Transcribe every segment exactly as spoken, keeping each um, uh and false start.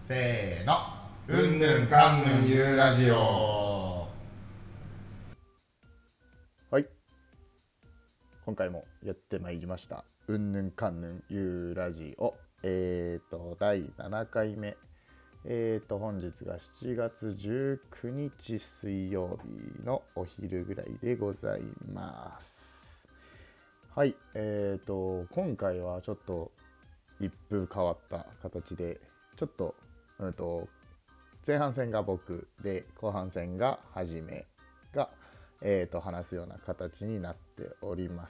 せーの、うんぬんかんぬんゆうラジオ。 はい、今回もやってまいりましたうんぬんかんぬんゆうラジオ。えーとだいななかいめ。えーと本日がしちがつじゅうくにち水曜日のお昼ぐらいでございます。はい、えーと今回はちょっと一風変わった形で、ちょっと、うんと前半戦が僕で後半戦がはじめが、えー、と話すような形になっております。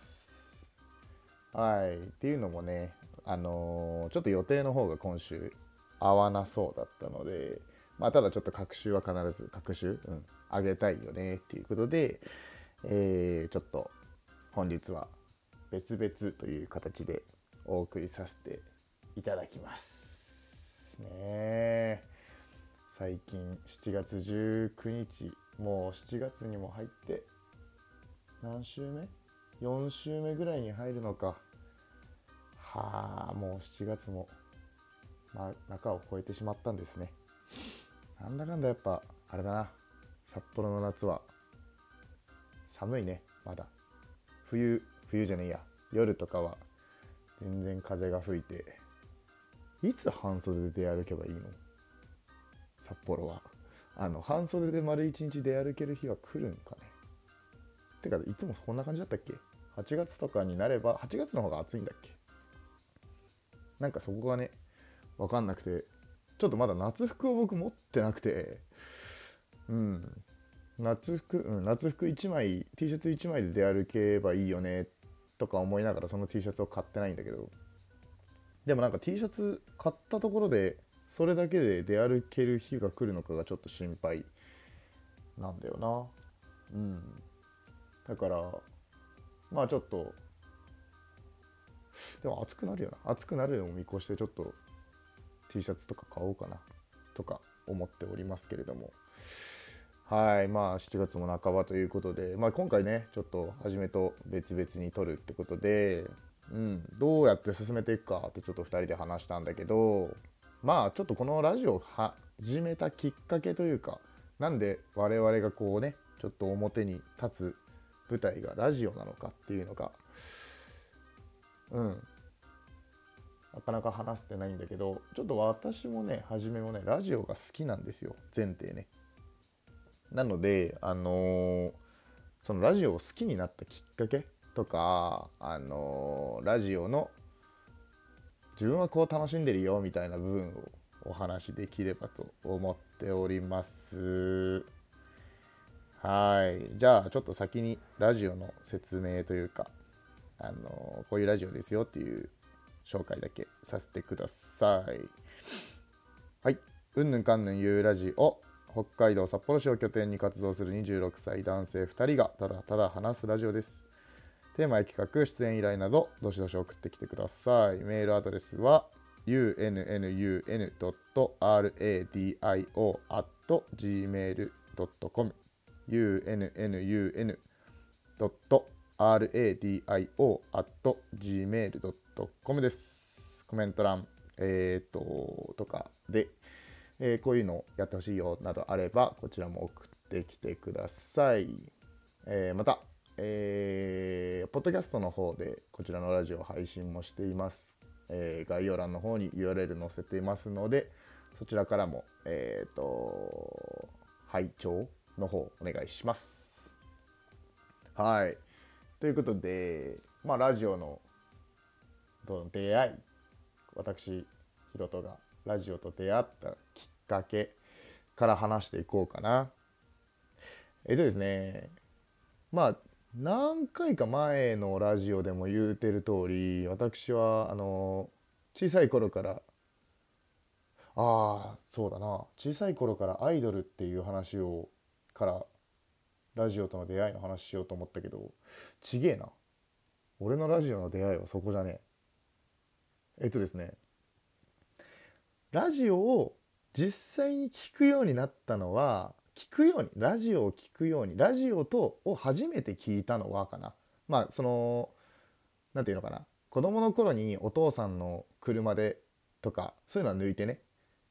はい、っていうのもね、あのーちょっと予定の方が今週合わなそうだったので、まあ、ただちょっと隔週は必ず隔週、うん、上げたいよねっていうことで、えーちょっと本日は別々という形でお送りさせていただきますね。最近しちがつじゅうくにち、もうしちがつにも入って何週目 ?よん 週目ぐらいに入るのか。はあ、もうしちがつも、まあ、中を超えてしまったんですね。なんだかんだやっぱあれだな、札幌の夏は寒いね。まだ冬冬じゃねえや夜とかは全然風が吹いて、いつ半袖で出歩けばいいの？札幌はあの半袖で丸一日出歩ける日は来るんかね。てかいつもこんな感じだったっけ？はちがつとかになれば、はちがつの方が暑いんだっけ？なんかそこがね分かんなくて、ちょっとまだ夏服を僕持ってなくて、うん夏服、うん、夏服いちまい T シャツいちまいで出歩けばいいよねとか思いながらその T シャツを買ってないんだけど、でもなんか T シャツ買ったところでそれだけで出歩ける日が来るのかがちょっと心配なんだよな。うんだからまあちょっと、でも暑くなるよな。暑くなるのを見越してちょっと T シャツとか買おうかなとか思っておりますけれども、はい、まあしちがつも半ばということで、まあ、今回ねちょっと初めと別々に撮るってことで、うん、どうやって進めていくかってちょっとふたりで話したんだけど、まあちょっとこのラジオを始めたきっかけというか、なんで我々がこうねちょっと表に立つ舞台がラジオなのかっていうのが、うんなかなか話せてないんだけど、ちょっと私もね初めもねラジオが好きなんですよ、前提ね。なのであのーそのラジオを好きになったきっかけとか、あのーラジオの自分はこう楽しんでるよみたいな部分をお話しできればと思っております。はい、じゃあちょっと先にラジオの説明というか、あのーこういうラジオですよっていう紹介だけさせてください。はい、うんぬんかんぬんゆうラジオ。北海道札幌市を拠点に活動するにじゅうろくさい男性ふたりがただただ話すラジオです。テーマや企画、出演依頼などどしどし送ってきてください。メールアドレスは ユーエヌエヌユーエヌドットラディオ アット ジーメール ドットコム ユーエヌエヌユーエヌドットラディオ アット ジーメール ドットコム です。コメント欄、えー、ととかで、えーこういうのをやってほしいよなどあればこちらも送ってきてください。えーまた、えーポッドキャストの方でこちらのラジオ配信もしています。えー概要欄の方に ユーアールエル 載せていますので、そちらからも、えー、と拝聴の方お願いします。はい、ということで、まあ、ラジオの出会い、私ヒロトがラジオと出会ったきっかけから話していこうかな。えっとですねまあ何回か前のラジオでも言うてる通り、私はあの小さい頃から、ああそうだな、小さい頃からアイドルっていう話をからラジオとの出会いの話しようと思ったけど、ちげえな、俺のラジオの出会いはそこじゃねえ。えっとですねラジオを実際に聞くようになったのは、聞くようにラジオを聞くようにラジオとを初めて聞いたのはかな。まあそのなんていうのかな、子供の頃にお父さんの車でとかそういうのは抜いてね、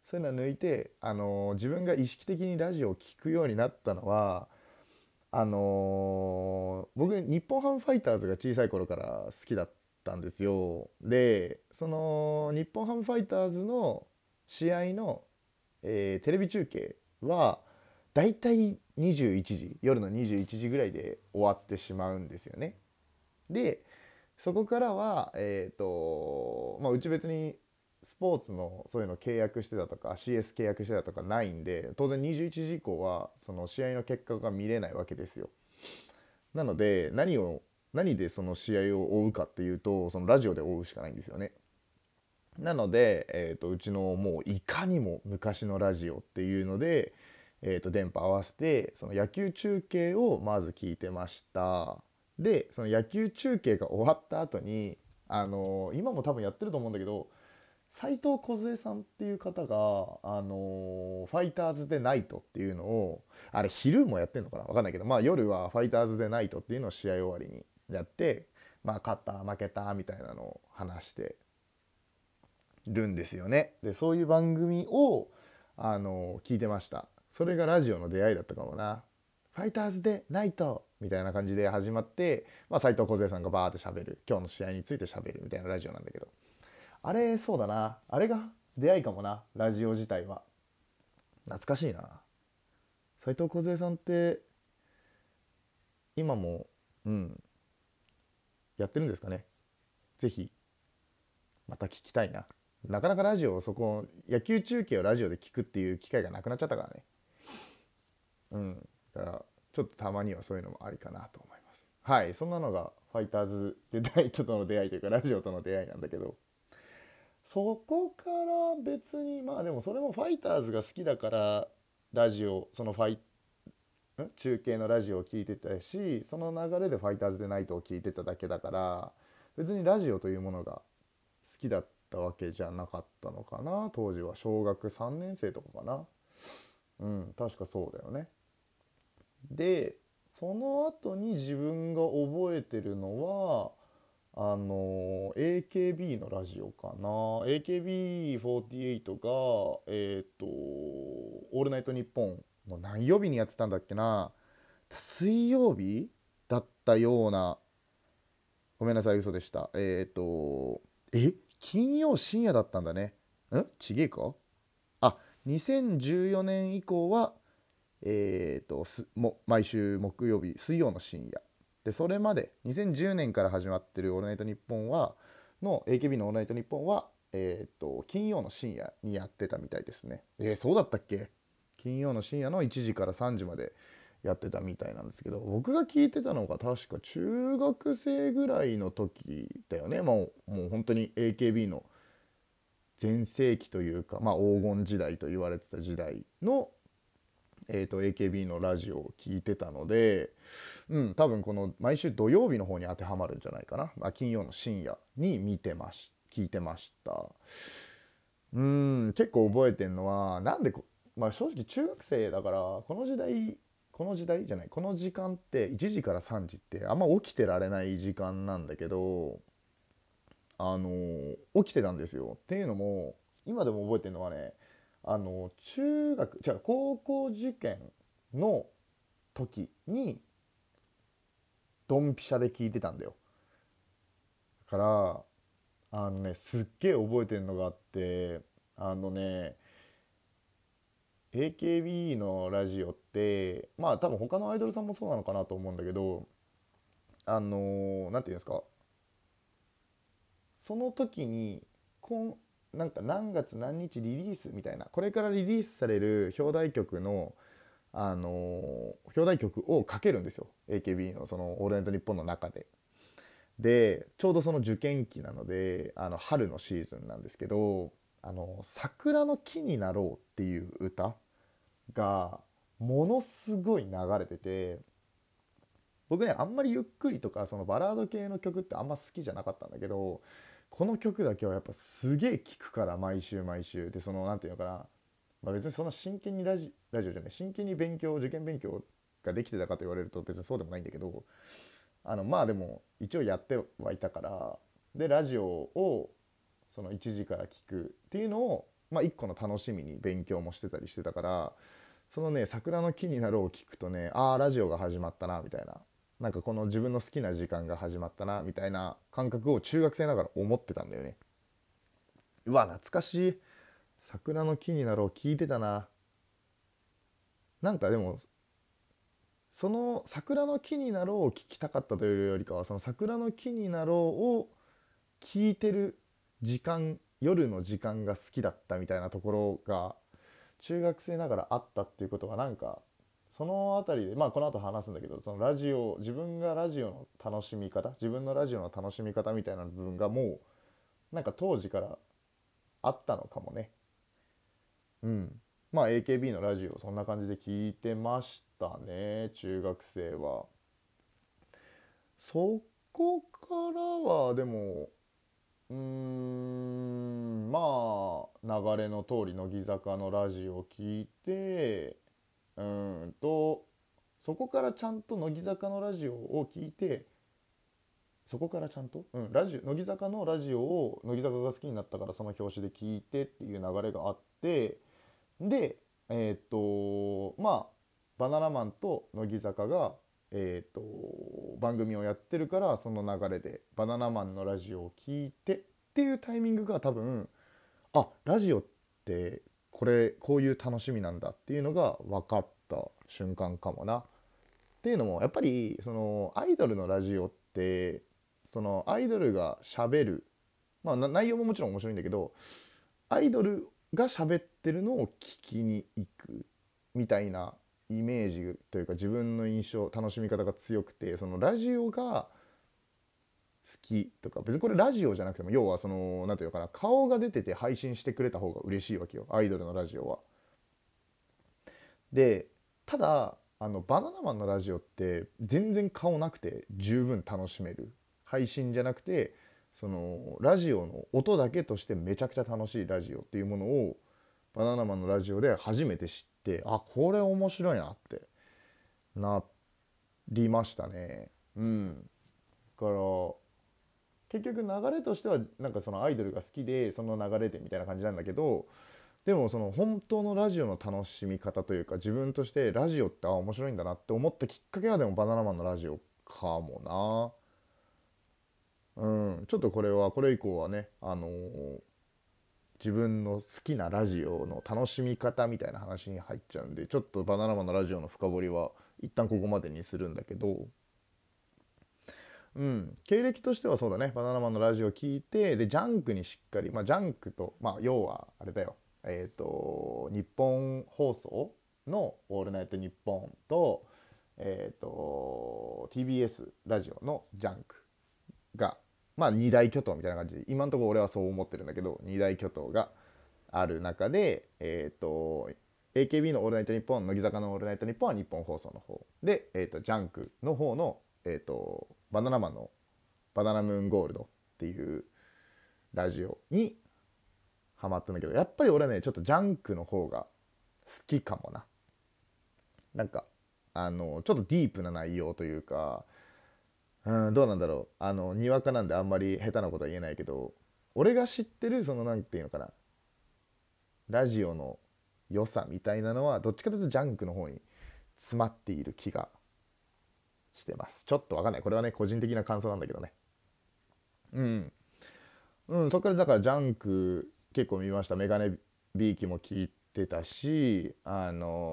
そういうのを抜いて、あのー自分が意識的にラジオを聞くようになったのは、あのー僕日本ハムファイターズが小さい頃から好きだったんですよ。でその日本ハムファイターズの試合の、えーテレビ中継はだいたいにじゅういちじ、夜のにじゅういちじぐらいで終わってしまうんですよね。でそこからは、えーとまあ、うち別にスポーツのそういうの契約してたとか シーエス 契約してたとかないんで、当然にじゅういちじ以降はその試合の結果が見れないわけですよ。なので何を何でその試合を追うかっていうと、そのラジオで追うしかないんですよね。なので、えーとうちのもういかにも昔のラジオっていうので、えーと電波合わせてその野球中継をまず聞いてました。でその野球中継が終わった後に、あのー今も多分やってると思うんだけど、斉藤梢さんっていう方が、あのーファイターズでナイトっていうのを、あれ昼もやってんのかな分かんないけど、まあ夜はファイターズでナイトっていうのを試合終わりにやって、まあ勝った負けたみたいなのを話してるんですよね。でそういう番組を、あのー聞いてました。それがラジオの出会いだったかもな。ファイターズでナイトみたいな感じで始まって、まあ、斉藤梢さんがバーって喋る、今日の試合について喋るみたいなラジオなんだけど、あれそうだな、あれが出会いかもな、ラジオ自体は。懐かしいな。斉藤梢さんって今も、うん、やってるんですかね。ぜひまた聞きたいな。なかなかラジオを、そこ野球中継をラジオで聞くっていう機会がなくなっちゃったからね。うんだからちょっとたまにはそういうのもありかなと思います。はい、そんなのがファイターズでナイトとの出会いというかラジオとの出会いなんだけど、そこから別に、まあでもそれもファイターズが好きだからラジオ、そのファイん中継のラジオを聞いてたし、その流れでファイターズでナイトを聞いてただけだから、別にラジオというものが好きだったわけじゃなかったのかな。当時は小学さんねん生とかかな。うん確かそうだよね。でその後に自分が覚えてるのは、あの エーケービー のラジオかな。 エーケービーフォーティーエイト がえっ、と「オールナイトニッポン」の何曜日にやってたんだっけな。水曜日だったような、ごめんなさい嘘でした。えっ、とえ金曜深夜だったんだね。んちげえか。あにせんじゅうよねん以降はえー、とすも毎週木曜日水曜の深夜で、それまでにせんじゅうねんから始まってる「オールナイトニッポン」はの エーケービー の「オールナイトニッポン」は、えー、と金曜の深夜にやってたみたいですね。えー、そうだったっけ。金曜の深夜のいちじからさんじまでやってたみたいなんですけど、僕が聞いてたのが確か中学生ぐらいの時だよね。もうもう本当に エーケービー の全盛期というか、まあ、黄金時代と言われてた時代のえー、と エーケービー のラジオを聞いてたので、うん、多分この毎週土曜日の方に当てはまるんじゃないかな、まあ、金曜の深夜に見てまし聞いてました。うん結構覚えてんのはなんでこ、まあ、正直中学生だからこの時代この時代じゃないこの時間っていちじからさんじってあんま起きてられない時間なんだけど、あの起きてたんですよ。っていうのも今でも覚えてるのはね、あの中学じゃあ高校受験の時にドンピシャで聞いてたんだよ。だからあのねすっげえ覚えてるのがあって、あのね エーケービー のラジオってまあ多分他のアイドルさんもそうなのかなと思うんだけど、あのなんていうんですか、その時にこんなんか何月何日リリースみたいな、これからリリースされる表題曲のあの表題曲をかけるんですよ エーケービー のその「オールナイトニッポン」の中で。でちょうどその受験期なので、あの春のシーズンなんですけど、あの桜の木になろうっていう歌がものすごい流れてて、僕ねあんまりゆっくりとかそのバラード系の曲ってあんま好きじゃなかったんだけど、この曲だけはやっぱすげえ聴くから、毎週毎週で、そのなんていうのかな、まあ、別にそんな真剣にラジラジオじゃない真剣に勉強受験勉強ができてたかと言われると別にそうでもないんだけど、あのまあでも一応やってはいたから、でラジオをそのいちじから聞くっていうのをまあ一個の楽しみに勉強もしてたりしてたから、そのね桜の木になろうを聞くとね、ああラジオが始まったなみたいな、なんかこの自分の好きな時間が始まったなみたいな感覚を中学生ながら思ってたんだよね。うわ懐かしい。桜の木になろう聞いてたな。なんかでもその桜の木になろうを聞きたかったというよりかは、その桜の木になろうを聞いてる時間、夜の時間が好きだったみたいなところが中学生ながらあったっていうことが、なんかそのあたりで、まあこの後話すんだけど、そのラジオ、自分がラジオの楽しみ方、自分のラジオの楽しみ方みたいな部分がもうなんか当時からあったのかもね。うん。まあ エーケービー のラジオそんな感じで聞いてましたね、中学生は。そこからはでもうーんまあ流れの通り乃木坂のラジオを聞いて、うーんとそこからちゃんと乃木坂のラジオを聞いて、そこからちゃんと、うん、ラジオ乃木坂のラジオを乃木坂が好きになったからその表紙で聞いてっていう流れがあって、でえっ、とまあバナナマンと乃木坂がえっ、と番組をやってるから、その流れでバナナマンのラジオを聞いてっていうタイミングが多分、あラジオってこれこういう楽しみなんだっていうのが分かった瞬間かもな。っていうのもやっぱりそのアイドルのラジオって、そのアイドルがしゃべる、まあ内容ももちろん面白いんだけど、アイドルが喋ってるのを聞きに行くみたいなイメージというか、自分の印象楽しみ方が強くて、そのラジオが好きとか、別にこれラジオじゃなくても、要はそのなんていうのかな、顔が出てて配信してくれた方が嬉しいわけよ、アイドルのラジオは。でただあのバナナマンのラジオって全然顔なくて十分楽しめる、配信じゃなくてそのラジオの音だけとしてめちゃくちゃ楽しいラジオっていうものをバナナマンのラジオで初めて知って、あこれ面白いなってなりましたね。うんだから結局流れとしてはなんかそのアイドルが好きでその流れでみたいな感じなんだけど、でもその本当のラジオの楽しみ方というか、自分としてラジオってあ面白いんだなって思ったきっかけはでもバナナマンのラジオかもな。うんちょっとこれはこれ以降はね、あのー自分の好きなラジオの楽しみ方みたいな話に入っちゃうんで、ちょっとバナナマンのラジオの深掘りは一旦ここまでにするんだけど、うん、経歴としてはそうだね、バナナマンのラジオ聞いて、でジャンクにしっかり、まあジャンクと、まあ要はあれだよ、えっ、と日本放送の「オールナイトニッポン」とえっ、と ティービーエス ラジオのジャンクがまあ二大巨頭みたいな感じで、今のところ俺はそう思ってるんだけど、二大巨頭がある中で、えっ、と エーケービー の「オールナイトニッポン」乃木坂の「オールナイトニッポン」は日本放送の方で、えー、とジャンクの方の、えー、とバナナマンの「バナナムーンゴールド」っていうラジオにハマったんだけど、やっぱり俺はねちょっとジャンクの方が好きかもな。なんかあのちょっとディープな内容というか、うん、どうなんだろう、あのにわかなんであんまり下手なことは言えないけど、俺が知ってるそのなんていうのかな、ラジオの良さみたいなのはどっちかというとジャンクの方に詰まっている気がしてます。ちょっとわかんない、これはね個人的な感想なんだけどね。うんうんそこからだからジャンク結構見ました。メガネビーキも聞いてたし、あ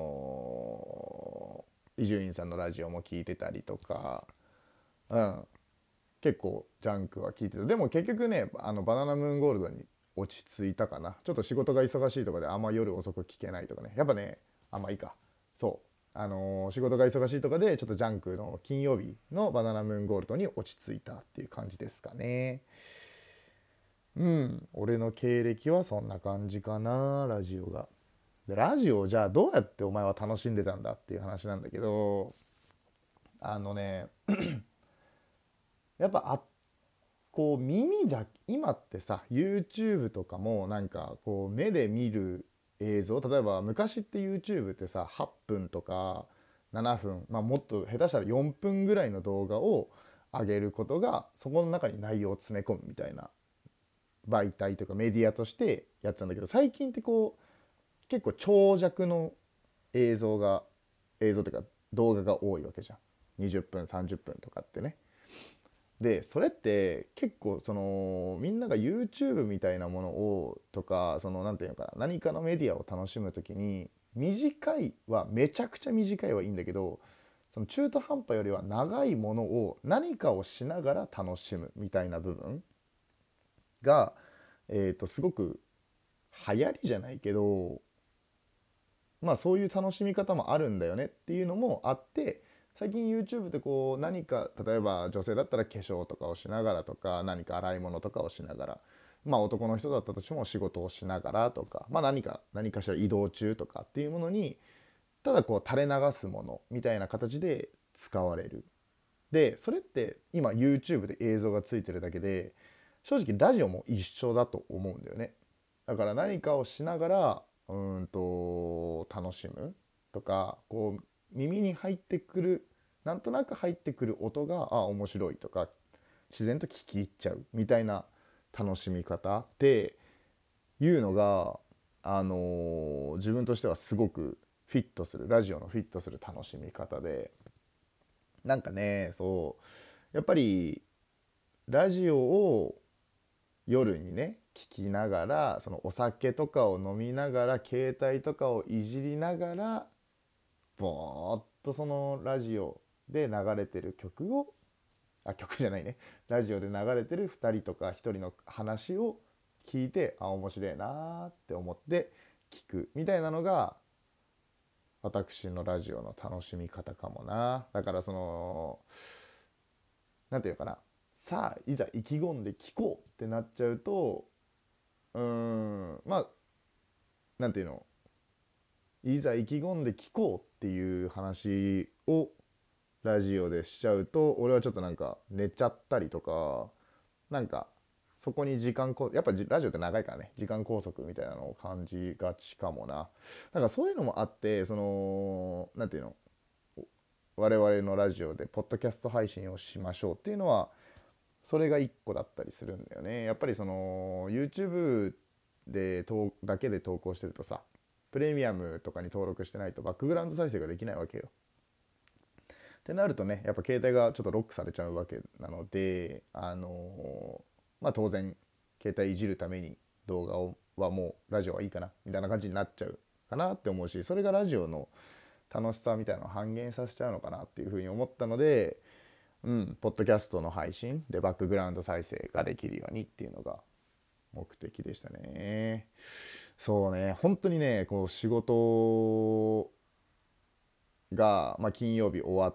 の伊集院さんのラジオも聞いてたりとか、うん結構ジャンクは聞いてた。でも結局ねあのバナナムーンゴールドに落ち着いたかな。ちょっと仕事が忙しいとかであんま夜遅く聞けないとかね、やっぱねあんまいいか、そうあのー仕事が忙しいとかでちょっとジャンクの金曜日のバナナムーンゴールドに落ち着いたっていう感じですかね。うん俺の経歴はそんな感じかな。ラジオがでラジオをじゃあどうやってお前は楽しんでたんだっていう話なんだけど、あのねやっぱあこう耳だ今ってさ YouTube とかもなんかこう目で見る映像、例えば昔って YouTube ってさはっぷんとかななふん、まあ、もっと下手したらよんぷんぐらいの動画を上げることがそこの中に内容を詰め込むみたいな媒体とかメディアとしてやってたんだけど、最近ってこう結構長尺の映像が映像というか動画が多いわけじゃん。にじゅっぷんさんじゅっぷんとかってね。でそれって結構そのみんなが YouTube みたいなものをとか、そのなんていうのかな、何かのメディアを楽しむときに、短いはめちゃくちゃ短いはいいんだけど、その中途半端よりは長いものを何かをしながら楽しむみたいな部分が、えー、とすごく流行りじゃないけど、まあそういう楽しみ方もあるんだよねっていうのもあって、最近 YouTube でこう何か、例えば女性だったら化粧とかをしながらとか、何か洗い物とかをしながら、まあ男の人だったとしても仕事をしながらとか、まあ何か何かしら移動中とかっていうものに、ただこう垂れ流すものみたいな形で使われる。でそれって今 YouTube で映像がついてるだけで、正直ラジオも一緒だと思うんだよね。だから何かをしながらうーんと楽しむとか、こう耳に入ってくる、なんとなく入ってくる音があ面白いとか、自然と聞き入っちゃうみたいな楽しみ方っていうのが、あのー自分としてはすごくフィットする、ラジオのフィットする楽しみ方で、なんかね、そうやっぱりラジオを夜にね聞きながら、そのお酒とかを飲みながら、携帯とかをいじりながら、ぼーっとそのラジオで流れてる曲をあ曲じゃないねラジオで流れてるふたりとかひとりの話を聞いて、あ面白いなーって思って聞くみたいなのが私のラジオの楽しみ方かもな。だからそのなんていうかな、さあいざ意気込んで聞こうってなっちゃうと、うーんまあなんていうの、いざ意気込んで聞こうっていう話をラジオでしちゃうと、俺はちょっとなんか寝ちゃったりとか、なんかそこに時間こやっぱラジオって長いからね、時間拘束みたいなのを感じがちかもな。なんかそういうのもあって、そのなんていうの、我々のラジオでポッドキャスト配信をしましょうっていうのはそれが一個だったりするんだよね。やっぱりその YouTube でとだけで投稿してるとさ、プレミアムとかに登録してないとバックグラウンド再生ができないわけよ。ってなるとね、やっぱ携帯がちょっとロックされちゃうわけなので、あのーまあ当然携帯いじるために動画をはもうラジオはいいかなみたいな感じになっちゃうかなって思うし、それがラジオの楽しさみたいなのを半減させちゃうのかなっていうふうに思ったので、うん、ポッドキャストの配信でバックグラウンド再生ができるようにっていうのが目的でしたね。そうね、本当にね、こう仕事が、まあ、金曜日終わって、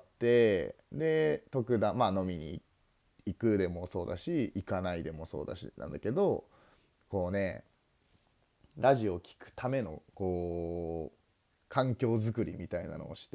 で特段まあ飲みに行くでもそうだし行かないでもそうだしなんだけど、こうねラジオを聞くためのこう環境づくりみたいなのをして、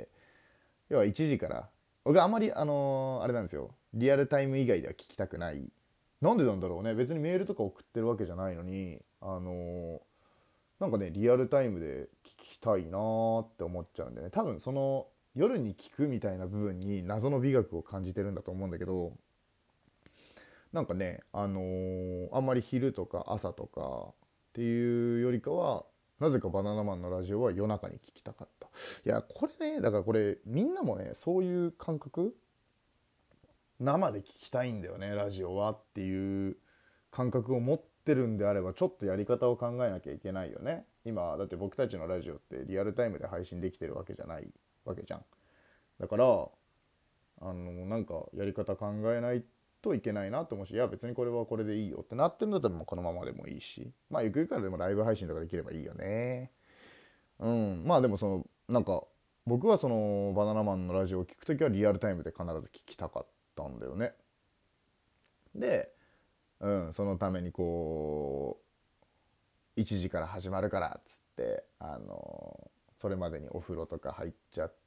要はいちじから僕あんまりあのーあれなんですよ、リアルタイム以外では聞きたくない。なんでなんだろうね、別にメールとか送ってるわけじゃないのに、あのーなんかねリアルタイムで聞きたいなーって思っちゃうんでね、多分その夜に聞くみたいな部分に謎の美学を感じてるんだと思うんだけど、なんかねあのーあんまり昼とか朝とかっていうよりかは、なぜかバナナマンのラジオは夜中に聞きたかった。いやこれね、だからこれみんなもねそういう感覚、生で聞きたいんだよねラジオはっていう感覚を持ってるんであれば、ちょっとやり方を考えなきゃいけないよね。今だって僕たちのラジオってリアルタイムで配信できてるわけじゃないわけじゃん。だからあのなんかやり方考えないといけないなと思うし、いや別にこれはこれでいいよってなってるんだったらこのままでもいいし、まあゆくゆくからでもライブ配信とかできればいいよね。うんまあでもそのなんか僕はそのバナナマンのラジオを聞くときはリアルタイムで必ず聞きたかったんだよね。で、うん、そのためにこういちじから始まるからっつってあのそれまでにお風呂とか入っちゃって、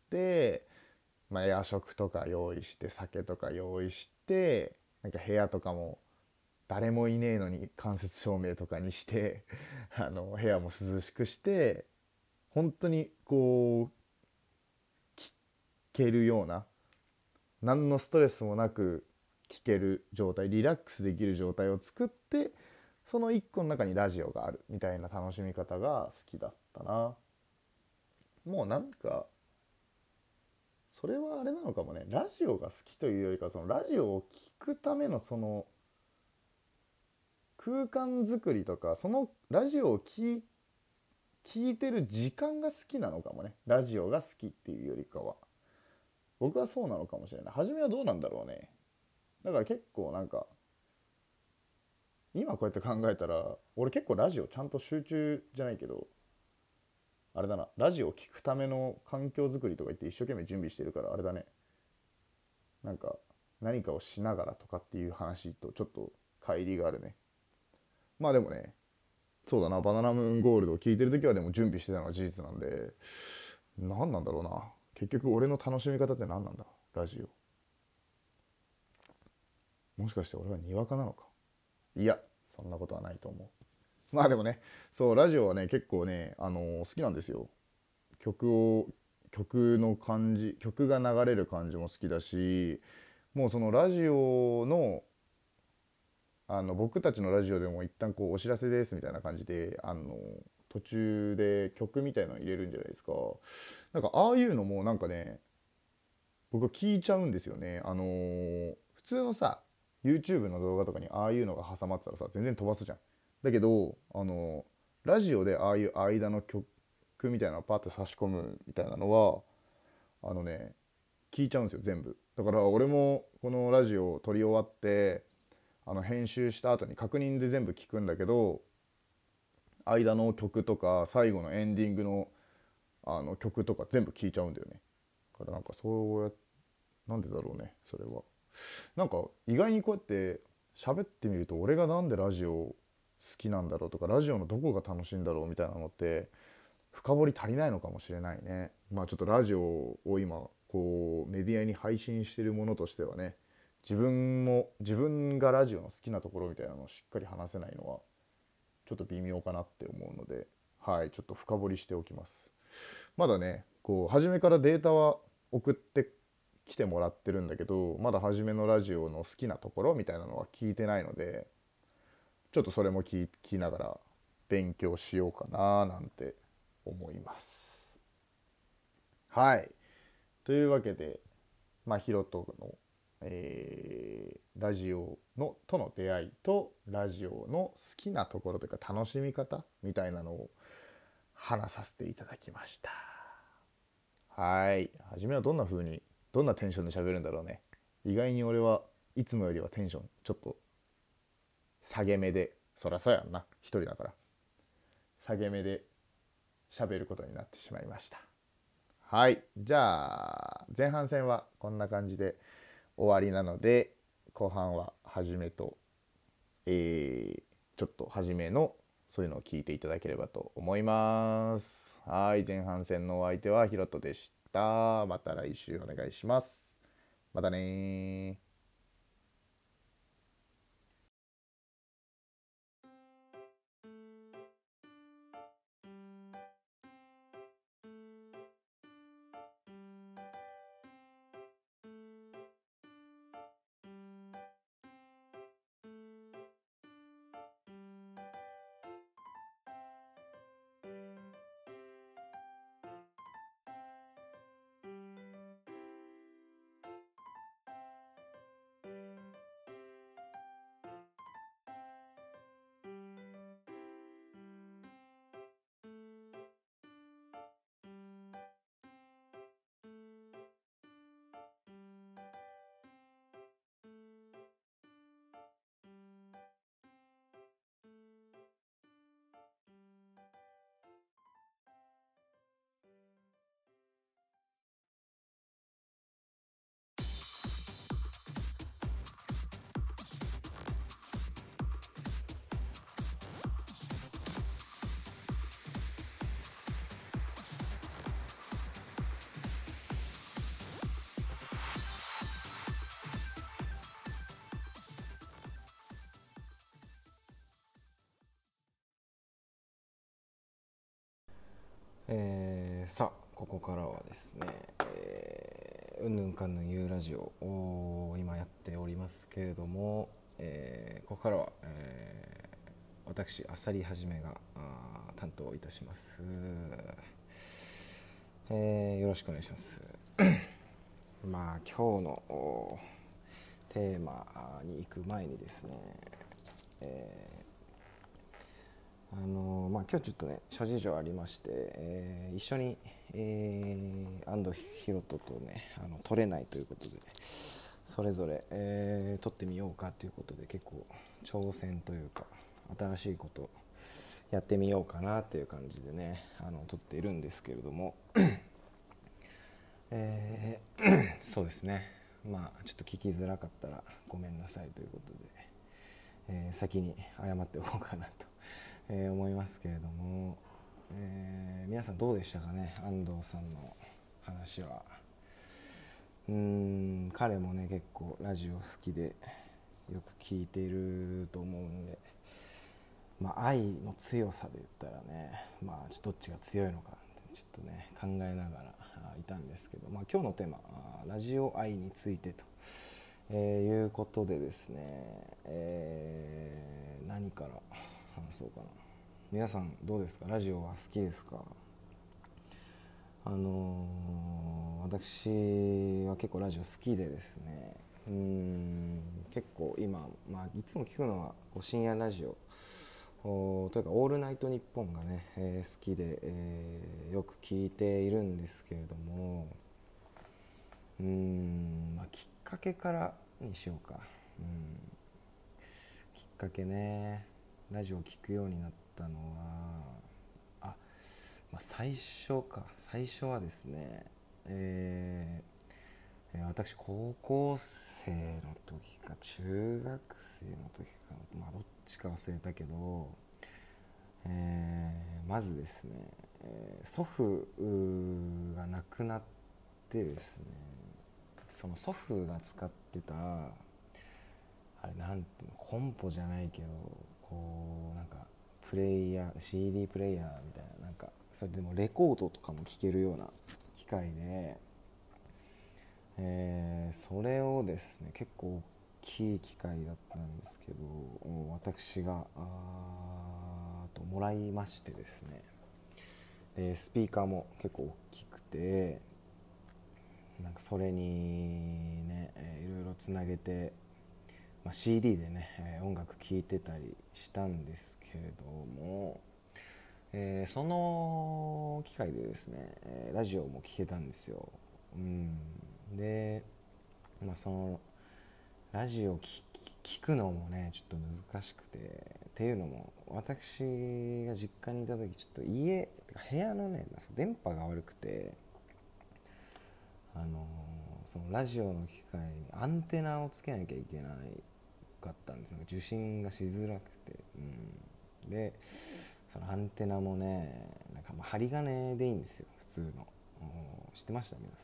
まあ、夜食とか用意して酒とか用意して、なんか部屋とかも誰もいねえのに間接照明とかにしてあの部屋も涼しくして、本当にこう聞けるような、何のストレスもなく聞ける状態、リラックスできる状態を作って、 その一個の中にラジオがあるみたいな楽しみ方が好きだったな。もうなんかそれはあれなのかもね、ラジオが好きというよりかそのラジオを聞くためのその空間作りとか、そのラジオを聞い聞いてる時間が好きなのかもね。ラジオが好きっていうよりかは僕はそうなのかもしれない。初めはどうなんだろうね。だから結構なんか今こうやって考えたら俺結構ラジオちゃんと集中じゃないけどあれだな、ラジオを聞くための環境づくりとか言って一生懸命準備してるからあれだね、なんか何かをしながらとかっていう話とちょっと乖離があるね。まあでもね、そうだな、バナナムーンゴールドを聞いてる時はでも準備してたのは事実なんで、何なんだろうな、結局俺の楽しみ方って何なんだラジオ。もしかして俺はにわかなのか。いやそんなことはないと思う。まあでもね、そうラジオはね結構ね、あのー好きなんですよ。曲を曲の感じ、曲が流れる感じも好きだし、もうそのラジオのあの僕たちのラジオでも一旦こうお知らせですみたいな感じであの途中で曲みたいなの入れるんじゃないですか。なんかああいうのもなんかね僕は聞いちゃうんですよね。あのー普通のさ YouTube の動画とかにああいうのが挟まってたらさ全然飛ばすじゃん。だけどあのーラジオでああいう間の曲みたいなのをパッと差し込むみたいなのはあのね聞いちゃうんですよ全部。だから俺もこのラジオを撮り終わってあの編集した後に確認で全部聞くんだけど、間の曲とか最後のエンディングのあの曲とか全部聞いちゃうんだよね。だからなんかそうやなんでだろうねそれは。なんか意外にこうやって喋ってみると俺がなんでラジオ好きなんだろうとかラジオのどこが楽しいんだろうみたいなのって深掘り足りないのかもしれないね。まあちょっとラジオを今こうメディアに配信しているものとしてはね、自分も自分がラジオの好きなところみたいなのをしっかり話せないのはちょっと微妙かなって思うので、はいちょっと深掘りしておきます。まだねこう初めからデータは送ってきてもらってるんだけど、まだ初めのラジオの好きなところみたいなのは聞いてないので、ちょっとそれも聞きながら勉強しようかななんて思います。はい。というわけで、まあ、ヒロトの、えーラジオのとの出会いとラジオの好きなところというか楽しみ方みたいなのを話させていただきました。はい。初めはどんな風にどんなテンションで喋るんだろうね。意外に俺はいつもよりはテンションちょっと下げ目で、そりゃそうやんな一人だから下げ目で喋ることになってしまいました。はい、じゃあ前半戦はこんな感じで終わりなので、後半は初めと、えー、ちょっと初めのそういうのを聞いていただければと思います。はい、前半戦のお相手はひろとでした。また来週お願いします。またね。 えー、さあここからはですね、えー、うんぬんかんぬんゆうラジオを今やっておりますけれども、えー、ここからは、えー、 私あさりはじめがあ担当いたします、えーよろしくお願いしますまあ今日のおテーマに行く前にですね、えーあのーまあ、今日ちょっとね諸事情ありまして、えー一緒に、えー、安藤寛人とねあの撮れないということで、それぞれ、えー撮ってみようかということで、結構挑戦というか新しいことやってみようかなという感じでねあの撮っているんですけれどもえーそうですね、まあちょっと聞きづらかったらごめんなさいということで、えー先に謝っておこうかなと、えー思いますけれども、えー皆さんどうでしたかね、安藤さんの話は。うーん彼もね結構ラジオ好きでよく聞いていると思うんで、まあ、愛の強さで言ったらね、まあ、ちょっとどっちが強いのかちょっとね考えながらいたんですけど、まあ、今日のテーマラジオ愛についてと、えーいうことでですね、えー何から話そうかな。皆さんどうですか、ラジオは好きですか？あのー私は結構ラジオ好きでですね、うーん結構今、まあ、いつも聞くのはこう深夜ラジオおというかオールナイトニッポンがね、えー好きで、えーよく聞いているんですけれども、うーん、まあ、きっかけからにしようか。うんきっかけね、ラジオを聞くようになったのはあ、まあ、最初か最初はですね、えーえー私高校生の時か中学生の時か、まあどっちか忘れたけど、えーまずですね、えー祖父が亡くなってですね、その祖父が使ってたあれなんていうの、コンポじゃないけどこうなんかプレイヤー シーディー プレイヤーみたいな、なんかそれでもレコードとかも聴けるような機械で、えーそれをですね結構大きい機械だったんですけど、私があーともらいましてですね、でスピーカーも結構大きくて、なんかそれにね、えーいろいろつなげて、まあ、シーディー でね、えー音楽聴いてたりしたんですけれども、えーその機会でですね、えーラジオも聴けたんですよ。うん、で、まあ、そのラジオ聴くのもねちょっと難しくて、っていうのも私が実家にいた時ちょっと家部屋のね電波が悪くて、あのーそのラジオの機械にアンテナをつけなきゃいけないかったんですよ。受信がしづらくて、うん、でそのアンテナもねなんかまあ針金でいいんですよ普通の。知ってました皆さ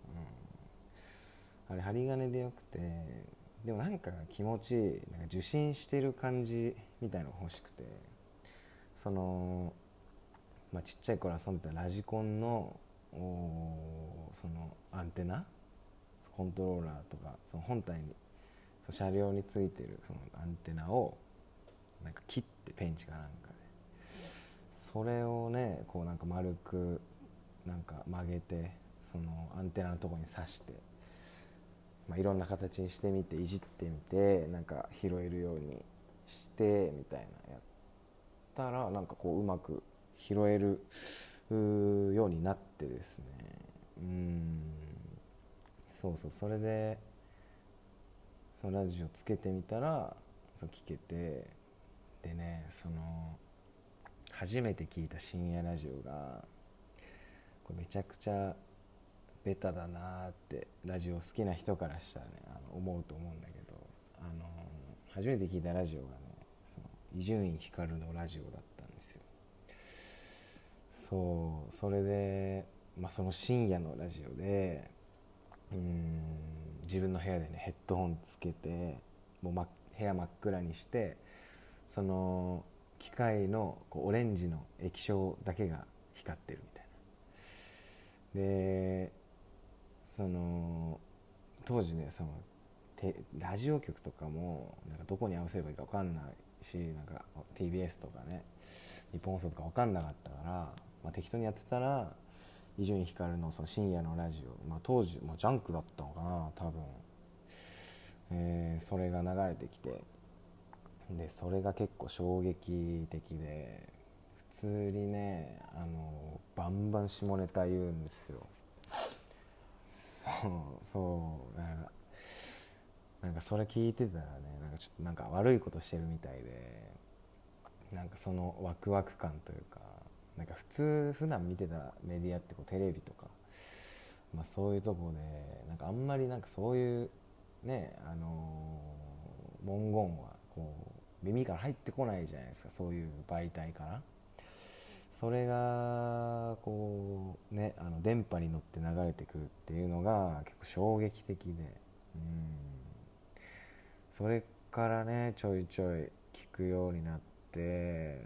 ん、うん、あれ針金でよくて、でもなんか気持ちいい、なんか受信してる感じみたいのが欲しくて、その、まあ、ちっちゃい頃遊んでたラジコンのそのアンテナコントローラーとかその本体にその車両についてるそのアンテナをなんか切ってペンチかなんかでそれをねこうなんか丸くなんか曲げてそのアンテナのところに挿して、まあ、いろんな形にしてみていじってみてなんか拾えるようにしてみたいなやったらなんかこううまく拾えるようになってですね、うーんそうそう、それでそのラジオつけてみたらそう聞けて、でねその初めて聞いた深夜ラジオがこれめちゃくちゃベタだなってラジオ好きな人からしたらねあの思うと思うんだけど、あの初めて聞いたラジオがねその伊集院光のラジオだったんですよ。そうそれで、まあ、その深夜のラジオでうーん自分の部屋でねヘッドホンつけてもう、ま、部屋真っ暗にしてその機械のこうオレンジの液晶だけが光ってるみたいな。でその当時ねそのテてラジオ局とかもなんかどこに合わせればいいか分かんないし、なんか ティービーエス とかね日本放送とか分かんなかったから、まあ、適当にやってたら伊集院光のその深夜のラジオ、まあ、当時、まあ、ジャンクだったのかな多分、えー、それが流れてきて、でそれが結構衝撃的で、普通にねあのバンバン下ネタ言うんですよ。そうそうなんかなんかそれ聞いてたらね、なんかちょっとなんか悪いことしてるみたいで、なんかそのワクワク感というか、なんか普通普段見てたメディアってこうテレビとか、まあ、そういうとこでなんかあんまりなんかそういうねあのー文言はこう耳から入ってこないじゃないですか、そういう媒体から。それがこうねあの電波に乗って流れてくるっていうのが結構衝撃的で、うんそれからねちょいちょい聞くようになって、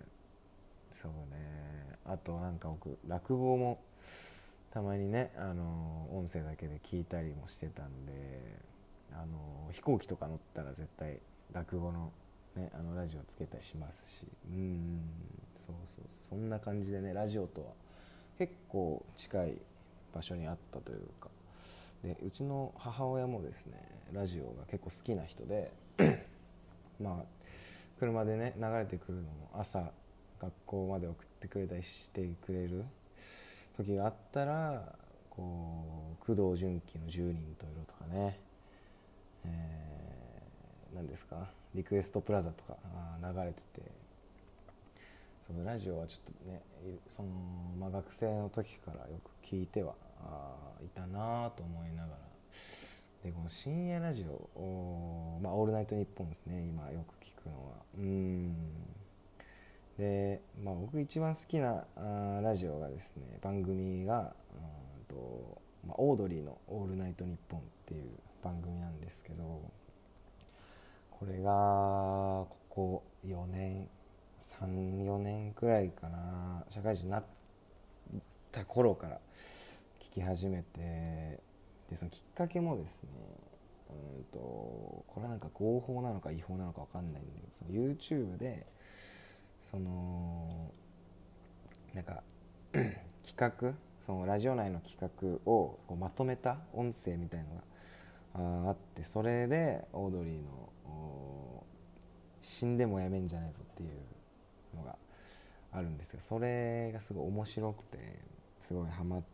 そうね、あとなんか僕落語もたまにねあの音声だけで聞いたりもしてたんで、あの飛行機とか乗ったら絶対落語のねあのラジオつけたりしますし、うんそうそうそうそんな感じでねラジオとは結構近い場所にあったというか、でうちの母親もですねラジオが結構好きな人でまあ車でね流れてくるのも朝学校まで送ってくれたりしてくれる時があったら、こう工藤純喜のじゅうにんと色とかね、えー、何ですかリクエストプラザとか流れてて、そのラジオはちょっとねその、まあ、学生の時からよく聞いてはいたなと思いながら、でこの深夜ラジオ、まあ、オールナイトニッポンですね今よく聞くのは。うーんで、まあ、僕一番好きなあラジオがですね番組がうんと、まあ、オードリーの「オールナイトニッポン」っていう番組なんですけど、これがここよねんさん、よねんくらいかな、社会人になった頃から聞き始めて、でそのきっかけもですねうんとこれはなんか合法なのか違法なのか分かんないんだけど、その YouTube でそのなんか企画そのラジオ内の企画をこうまとめた音声みたいのが あ, あってそれでオードリーの死んでもやめんじゃないぞっていうのがあるんですけど、それがすごい面白くてすごいハマって、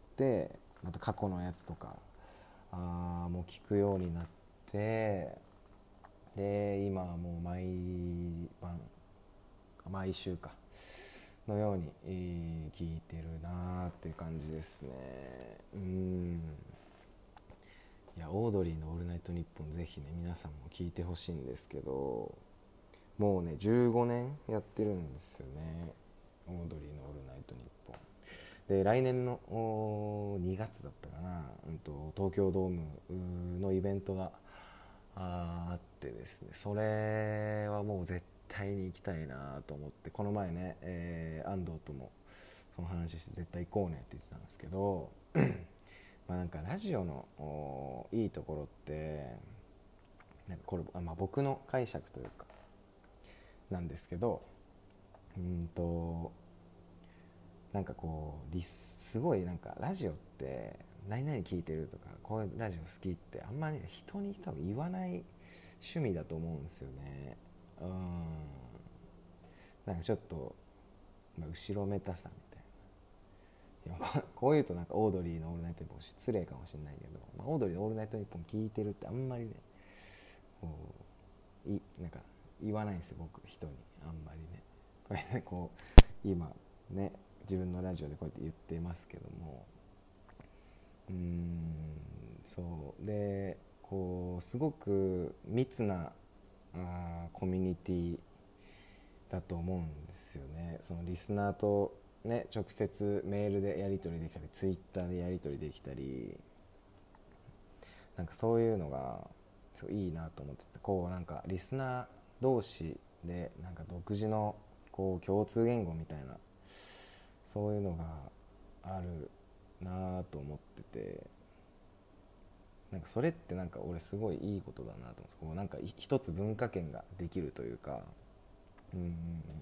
また過去のやつとかあもう聞くようになって、で今はもう毎晩毎週かのように、えー、聞いてるなーっていう感じですね。うーんいやオードリーの「オールナイトニッポン」ぜひね皆さんも聞いてほしいんですけど、もうねじゅうごねんやってるんですよねオードリーの「オールナイトニッポン」で来年のにがつだったかな、うん、と東京ドームのイベントが あ, あってですね、それはもう絶対に行きたいなと思って、この前ね、えー、安藤ともその話して絶対行こうねって言ってたんですけどまあなんかラジオのいいところってなんかこれ、まあ、僕の解釈というかなんですけど、うんとなんかこうすごいなんかラジオって何々聞いてるとかこういうラジオ好きってあんまり人に多分言わない趣味だと思うんですよね。うんなんかちょっと、まあ、後ろめたさみたいな、いやこう言うとなんかオードリーの「オールナイトニッポン」失礼かもしれないけど、まあ、オードリーの「オールナイトニッポン」聞いてるってあんまりねこういなんか言わないんですよ僕人にあんまりね。これねこう今ね自分のラジオでこうやって言ってますけども、うーんそうでこうすごく密なあコミュニティだと思うんですよね。そのリスナーとね直接メールでやり取りできたりツイッターでやり取りできたり、なんかそういうのがすごいいいなと思ってて、こうなんかリスナー同士でなんか独自のこう共通言語みたいなそういうのがあるなと思ってて、 なんかそれってなんか俺すごいいいことだなと思うんです。こうなんか一つ文化圏ができるというか、うんうんうん、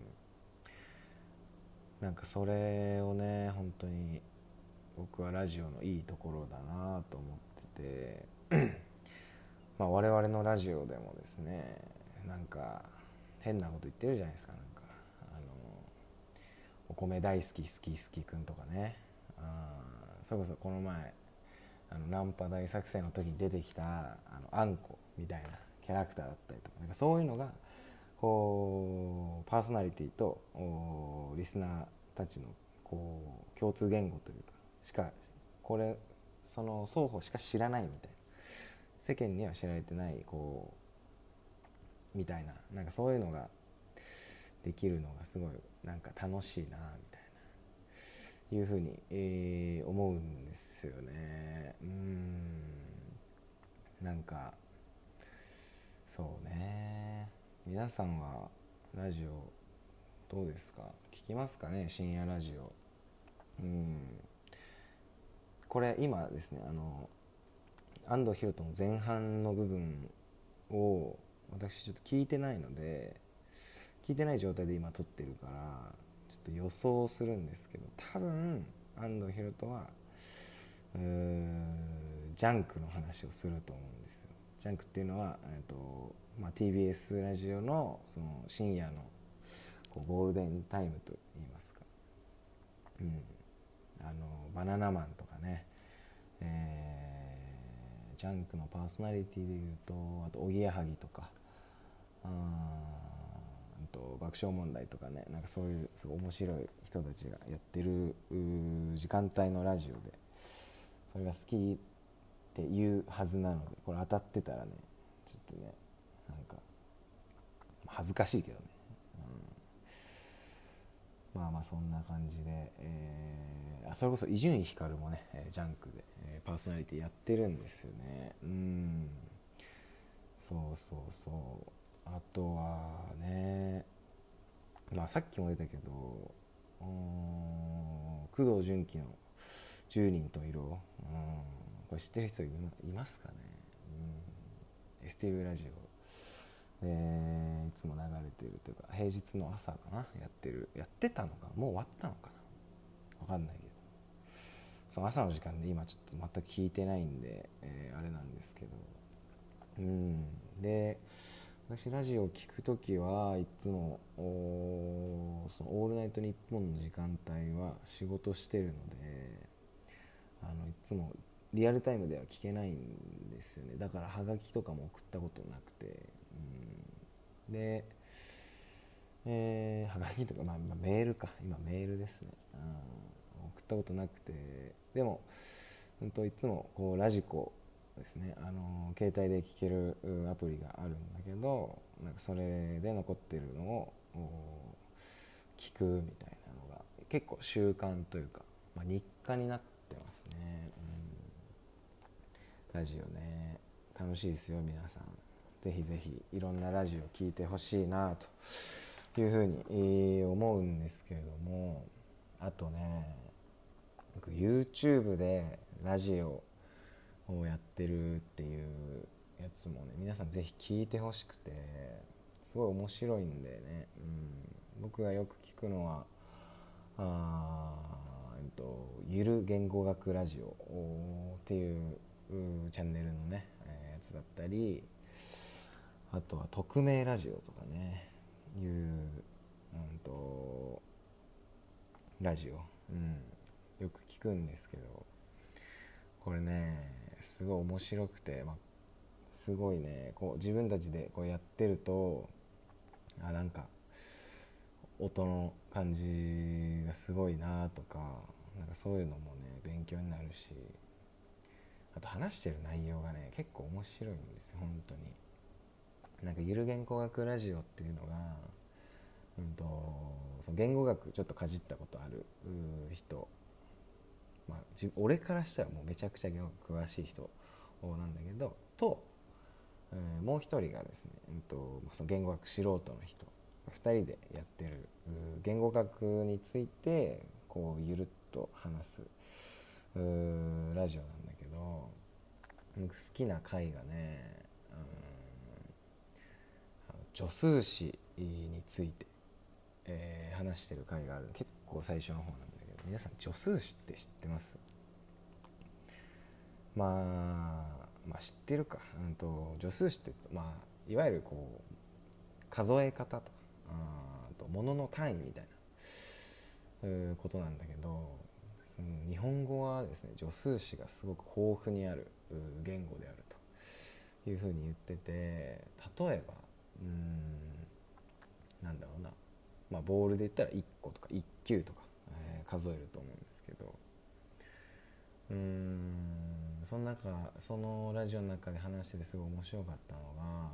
なんかそれをね本当に僕はラジオのいいところだなと思っててまあ我々のラジオでもですね、なんか変なこと言ってるじゃないですか。なんかあのお米大好き好き好きくんとかね、あそれこそこの前あのナンパ大作戦の時に出てきたあのあんこみたいなキャラクターだったりとか、なんかそういうのがこうパーソナリティとリスナーたちのこう共通言語というかしかこれその双方しか知らないみたいな、世間には知られてないこうみたいな、なんかそういうのができるのがすごいなんか楽しいなみたいないうふうに、えー、思うんですよね。うーんなんかそうね、皆さんはラジオどうですか？聞きますかね、深夜ラジオ。うんこれ今ですね、あの安藤裕人の前半の部分を私ちょっと聞いてないので、聞いてない状態で今撮ってるからちょっと予想するんですけど、多分安藤裕人はうージャンクの話をすると思うんですよ。ジャンクっていうのは、えーとまあ、ティービーエス ラジオの、その深夜のこうゴールデンタイムといいますか、うん、あのバナナマンとかね、えー、ジャンクのパーソナリティでいうと、あとおぎやはぎとか、ああと爆笑問題とかね、なんかそういうすごい面白い人たちがやってる時間帯のラジオで、それが好きって言うはずなので、これ当たってたらねちょっとねなんか恥ずかしいけどね、うん、まあまあそんな感じで、えー、それこそ伊集院光もねジャンクで、えー、パーソナリティやってるんですよね。うんそうそうそう。あとはね、まあさっきも出たけど、工藤純喜のじゅうにんと色、うん、これ知ってる人いますかね、うん、エスティーブイ ラジオでいつも流れてるというか、平日の朝かな、やってるやってたのかもう終わったのかな、分かんないけど、その朝の時間で今ちょっと全く聞いてないんで、えー、あれなんですけど、うんで私ラジオを聞くときはいつもそのオールナイトニッポンの時間帯は仕事してるので、あのいつもリアルタイムでは聞けないんですよね。だからハガキとかも送ったことなくて、うん、で、えー、ハガキとか、まあ、まあ、メールか、今メールですね、うん、送ったことなくて、でも本当いつもこうラジコですね、あの携帯で聴けるアプリがあるんだけど、なんかそれで残ってるのを聞くみたいなのが結構習慣というか、まあ、日課になってますね、うん、ラジオね楽しいですよ。皆さんぜひぜひいろんなラジオ聞いてほしいなというふうに思うんですけれども、あとね YouTube でラジオをやってるっていうやつもね、皆さんぜひ聞いてほしくて、すごい面白いんでね、うん、僕がよく聞くのはあ、えっと、ゆる言語学ラジオっていうチャンネルのねやつだったり、あとは匿名ラジオとかねいう、うん、とラジオ、うん、よく聞くんですけど、これねすごい面白くて、まあ、すごいねこう自分たちでこうやってると、あなんか音の感じがすごいなとか、なんかそういうのもね勉強になるし、あと話してる内容がね結構面白いんですよ本当に。なんかゆる言語学ラジオっていうのが、うんとその言語学ちょっとかじったことある人、まあ、俺からしたらもうめちゃくちゃ言語学詳しい人なんだけどと、えー、もう一人がですね、うんとまあ、その言語学素人の人ふたりでやってる言語学についてこうゆるっと話すラジオなんだけど、 僕好きな回がね、うん、あの助数詞について、えー話してる回がある。結構最初の方なんだけど、皆さん助数詞って知ってます？まあ、まあ知ってるか。うんと助数詞って言うと、まあいわゆるこう数え方とか、あと物の単位みたいなうことなんだけど、その日本語はですね、助数詞がすごく豊富にある言語であるというふうに言ってて、例えばうーんなんだろうな、まあ、ボールで言ったらいっことかいっ球とか、えー数えると思うんですけど、うーんその中そのラジオの中で話しててすごい面白かったのが、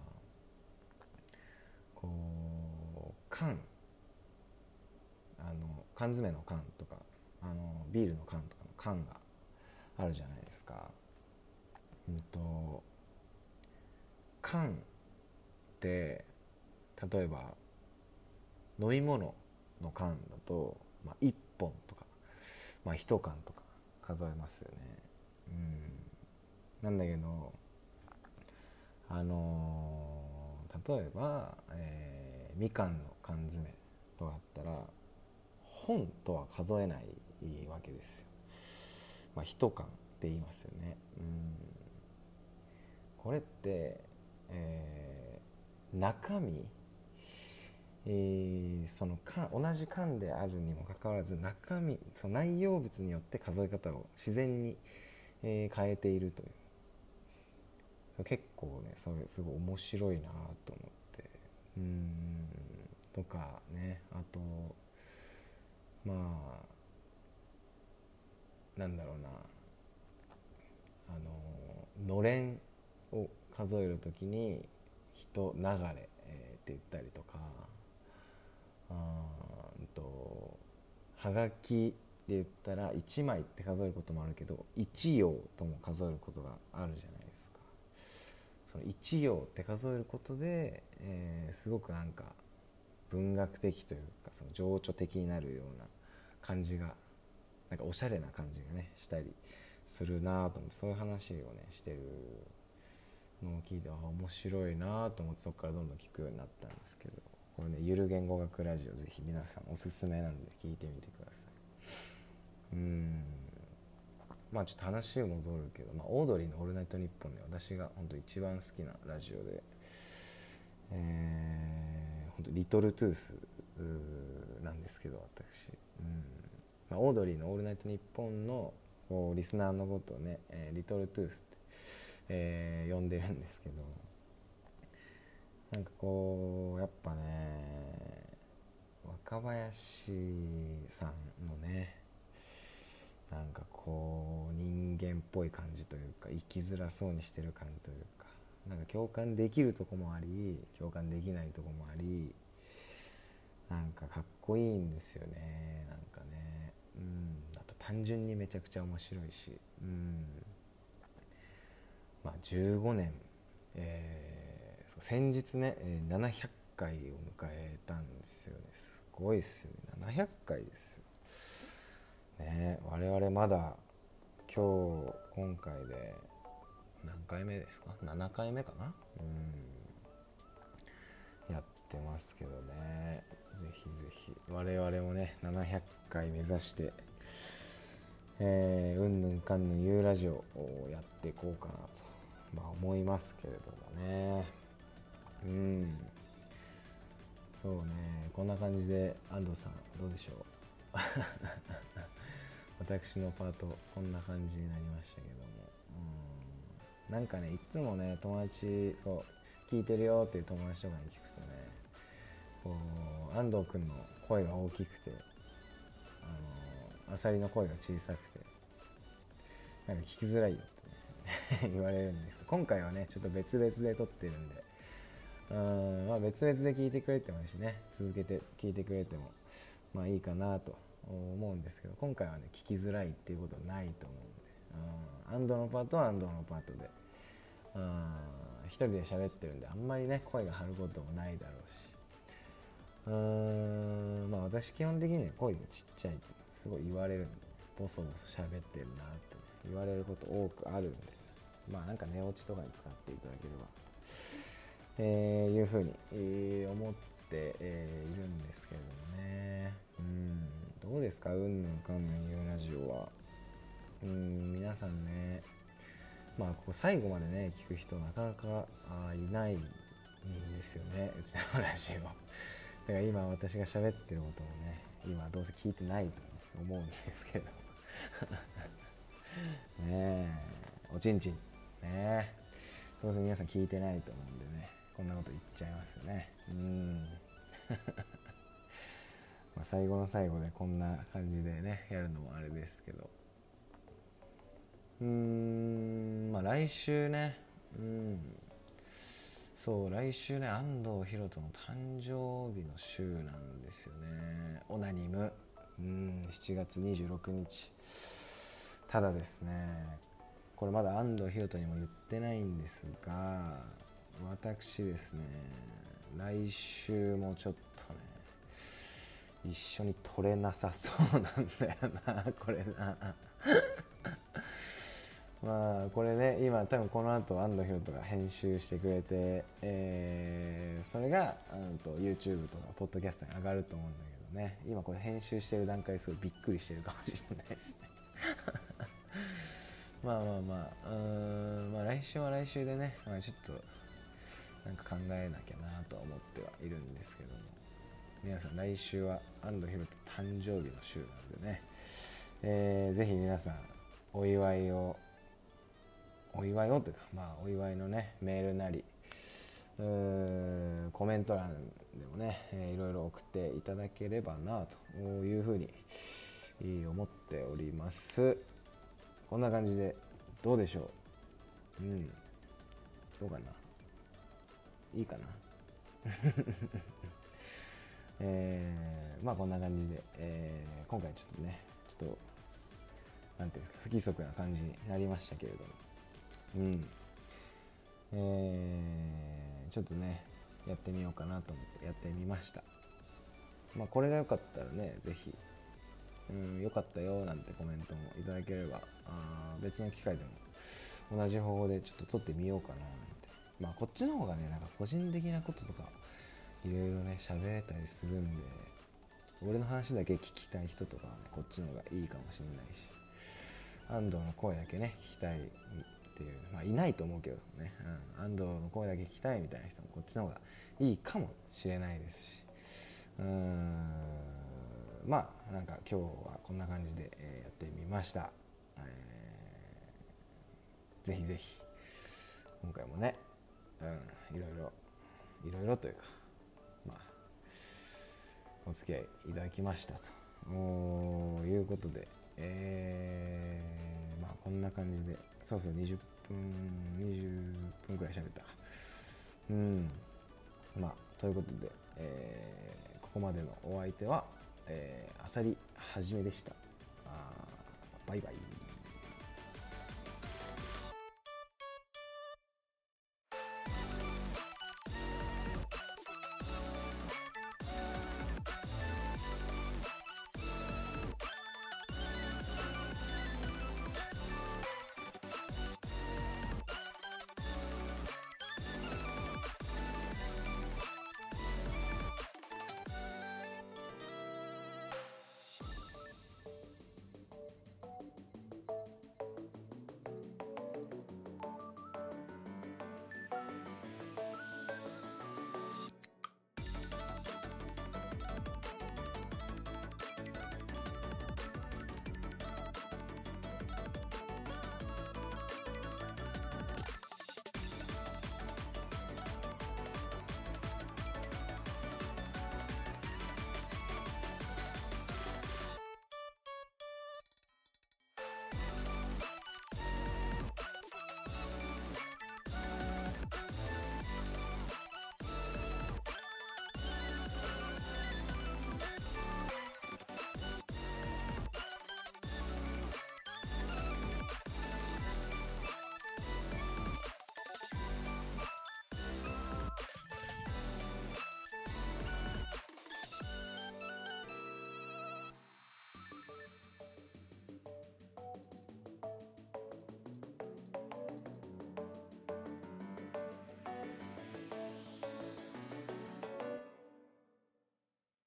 こう缶あの缶詰の缶とか、あのビールの缶とかの缶があるじゃないですか。うんと缶って例えば飲み物の缶だと、まあ、いっぽんとか、まあ、いち缶とか数えますよね。うんなんだけど、あのー例えば、えーみかんの缶詰とかあったら本とは数えないわけですよ。まあ、いち缶って言いますよね。うんこれって、えー中身、えーその缶同じ缶であるにもかかわらず、中身その内容物によって数え方を自然に、えー変えているという、結構ねそれすごい面白いなと思って、うーんとかね、あとまあなんだろうな、あののれんを数えるときに人流れ、えーって言ったりとか、あーんとはがきで言ったらいちまいって数えることもあるけど、一葉とも数えることがあるじゃないですか。その一葉って数えることで、えーすごくなんか文学的というか、その情緒的になるような感じが、なんかおしゃれな感じがねしたりするなと思って、そういう話をねしてるのを聞いて、あ面白いなと思って、そこからどんどん聞くようになったんですけど、これねゆる言語学ラジオぜひ皆さんおすすめなんで聞いてみてください。うーんまあちょっと話を戻るけど、まあ、オードリーの「オールナイトニッポン」で私が本当一番好きなラジオで、えー、本当リトルトゥースなんですけど、私、うんまあ、オードリーの「オールナイトニッポン」のこうリスナーのことをね、えー、リトルトゥースって、えー、呼んでるんですけど、なんかこうやっぱね若林さんのね、なんかこう人間っぽい感じというか、生きづらそうにしてる感じというか、なんか共感できるとこもあり共感できないとこもあり、なんかかっこいいんですよね。なんかね、うんあと単純にめちゃくちゃ面白いし、うんまあじゅうごねん、えー、そう先日ねななひゃっかいを迎えたんですよね。すごいですよね、ななひゃっかいですよね。我々まだ今日今回で何回目ですか、ななかいめかな、うんやってますけどね、ぜひぜひ我々もねななひゃっかい目指して、えー、うんぬんかんぬんゆうラジオをやっていこうかなと、まあ、思いますけれどもね。うんそうね、こんな感じで安藤さんどうでしょう私のパートこんな感じになりましたけども、うんなんかねいつもね友達こう聞いてるよっていう友達とかに聞くとね、こう安藤くんの声が大きくて、あのアサリの声が小さくてなんか聞きづらいよって、ね、言われるんですけど、今回はねちょっと別々で撮ってるんで、うんまあ別々で聞いてくれてもいいしね、続けて聞いてくれてもまあいいかなと思うんですけど、今回はね聞きづらいっていうことはないと思うんで、うん、アンドのパートはアンドのパートで、うん、一人で喋ってるんであんまりね声が張ることもないだろうし、うーんまあ私基本的には声がちっちゃいってすごい言われるんで、ボソボソ喋ってるなって、ね、言われること多くあるんで、 まあなんか寝落ちとかに使っていただければ、えー、いうふうに、えー、思って、えー、いるんですけれどもね。うんどうですか、うんぬんかんぬん言うラジオは。うん皆さんね、まあここ最後までね聞く人なかなかあいないんですよね、うちのラジオ。だから今私が喋ってることもね、今どうせ聞いてないと思うんですけどねえおちんちんねえどうせ皆さん聞いてないと思うんでね、こんなこと言っちゃいますよね。うんまあ最後の最後でこんな感じでねやるのもあれですけど、うーんまあ来週ね、うんそう来週ね安藤裕人の誕生日の週なんですよね。オナニム、うんしちがつにじゅうろくにち。ただですね、これまだ安藤裕人にも言ってないんですが、私ですね来週もちょっとね一緒に撮れなさそうなんだよなこれなまあこれね今多分この後安藤裕人が編集してくれて、えー、それがと YouTube とかポッドキャストに上がると思うんだけどね、今これ編集してる段階ですごいびっくりしてるかもしれないですねまあまあまあうーんまあ来週は来週でね、まあ、ちょっとなんか考えなきゃなとは思ってはいるんですけども、皆さん来週は安藤裕人誕生日の週なんでね、えー、ぜひ皆さんお祝いをお祝いをというか、まあお祝いのねメールなりうーコメント欄でもね、えー、いろいろ送っていただければなというふうに思っております。こんな感じでどうでしょう。うんどうかな、いいかなえー、まあこんな感じで、えー、今回ちょっとねちょっとなんていうんですか不規則な感じになりましたけれども、うんえー、ちょっとねやってみようかなと思ってやってみました。まあこれが良かったらねぜひうん良かったよなんてコメントもいただければ、あ別の機会でも同じ方法でちょっと撮ってみようかななんて、まあこっちの方がねなんか個人的なこととかいろいろね喋れたりするんで、俺の話だけ聞きたい人とかはねこっちの方がいいかもしれないし、安藤の声だけね聞きたいっていう、まあいないと思うけどね、うん、安藤の声だけ聞きたいみたいな人もこっちの方がいいかもしれないですし、うーんまあなんか今日はこんな感じで、えー、やってみました、えー、ぜひぜひ今回もね、うん、いろいろいろいろというかまあお付き合いいただきましたということで、えー、まあこんな感じでそうそうにじゅっぷんにじゅっぷんくらい喋ったか、うんまあということで、えー、ここまでのお相手はえー、あさりはじめでした。あバイバイ。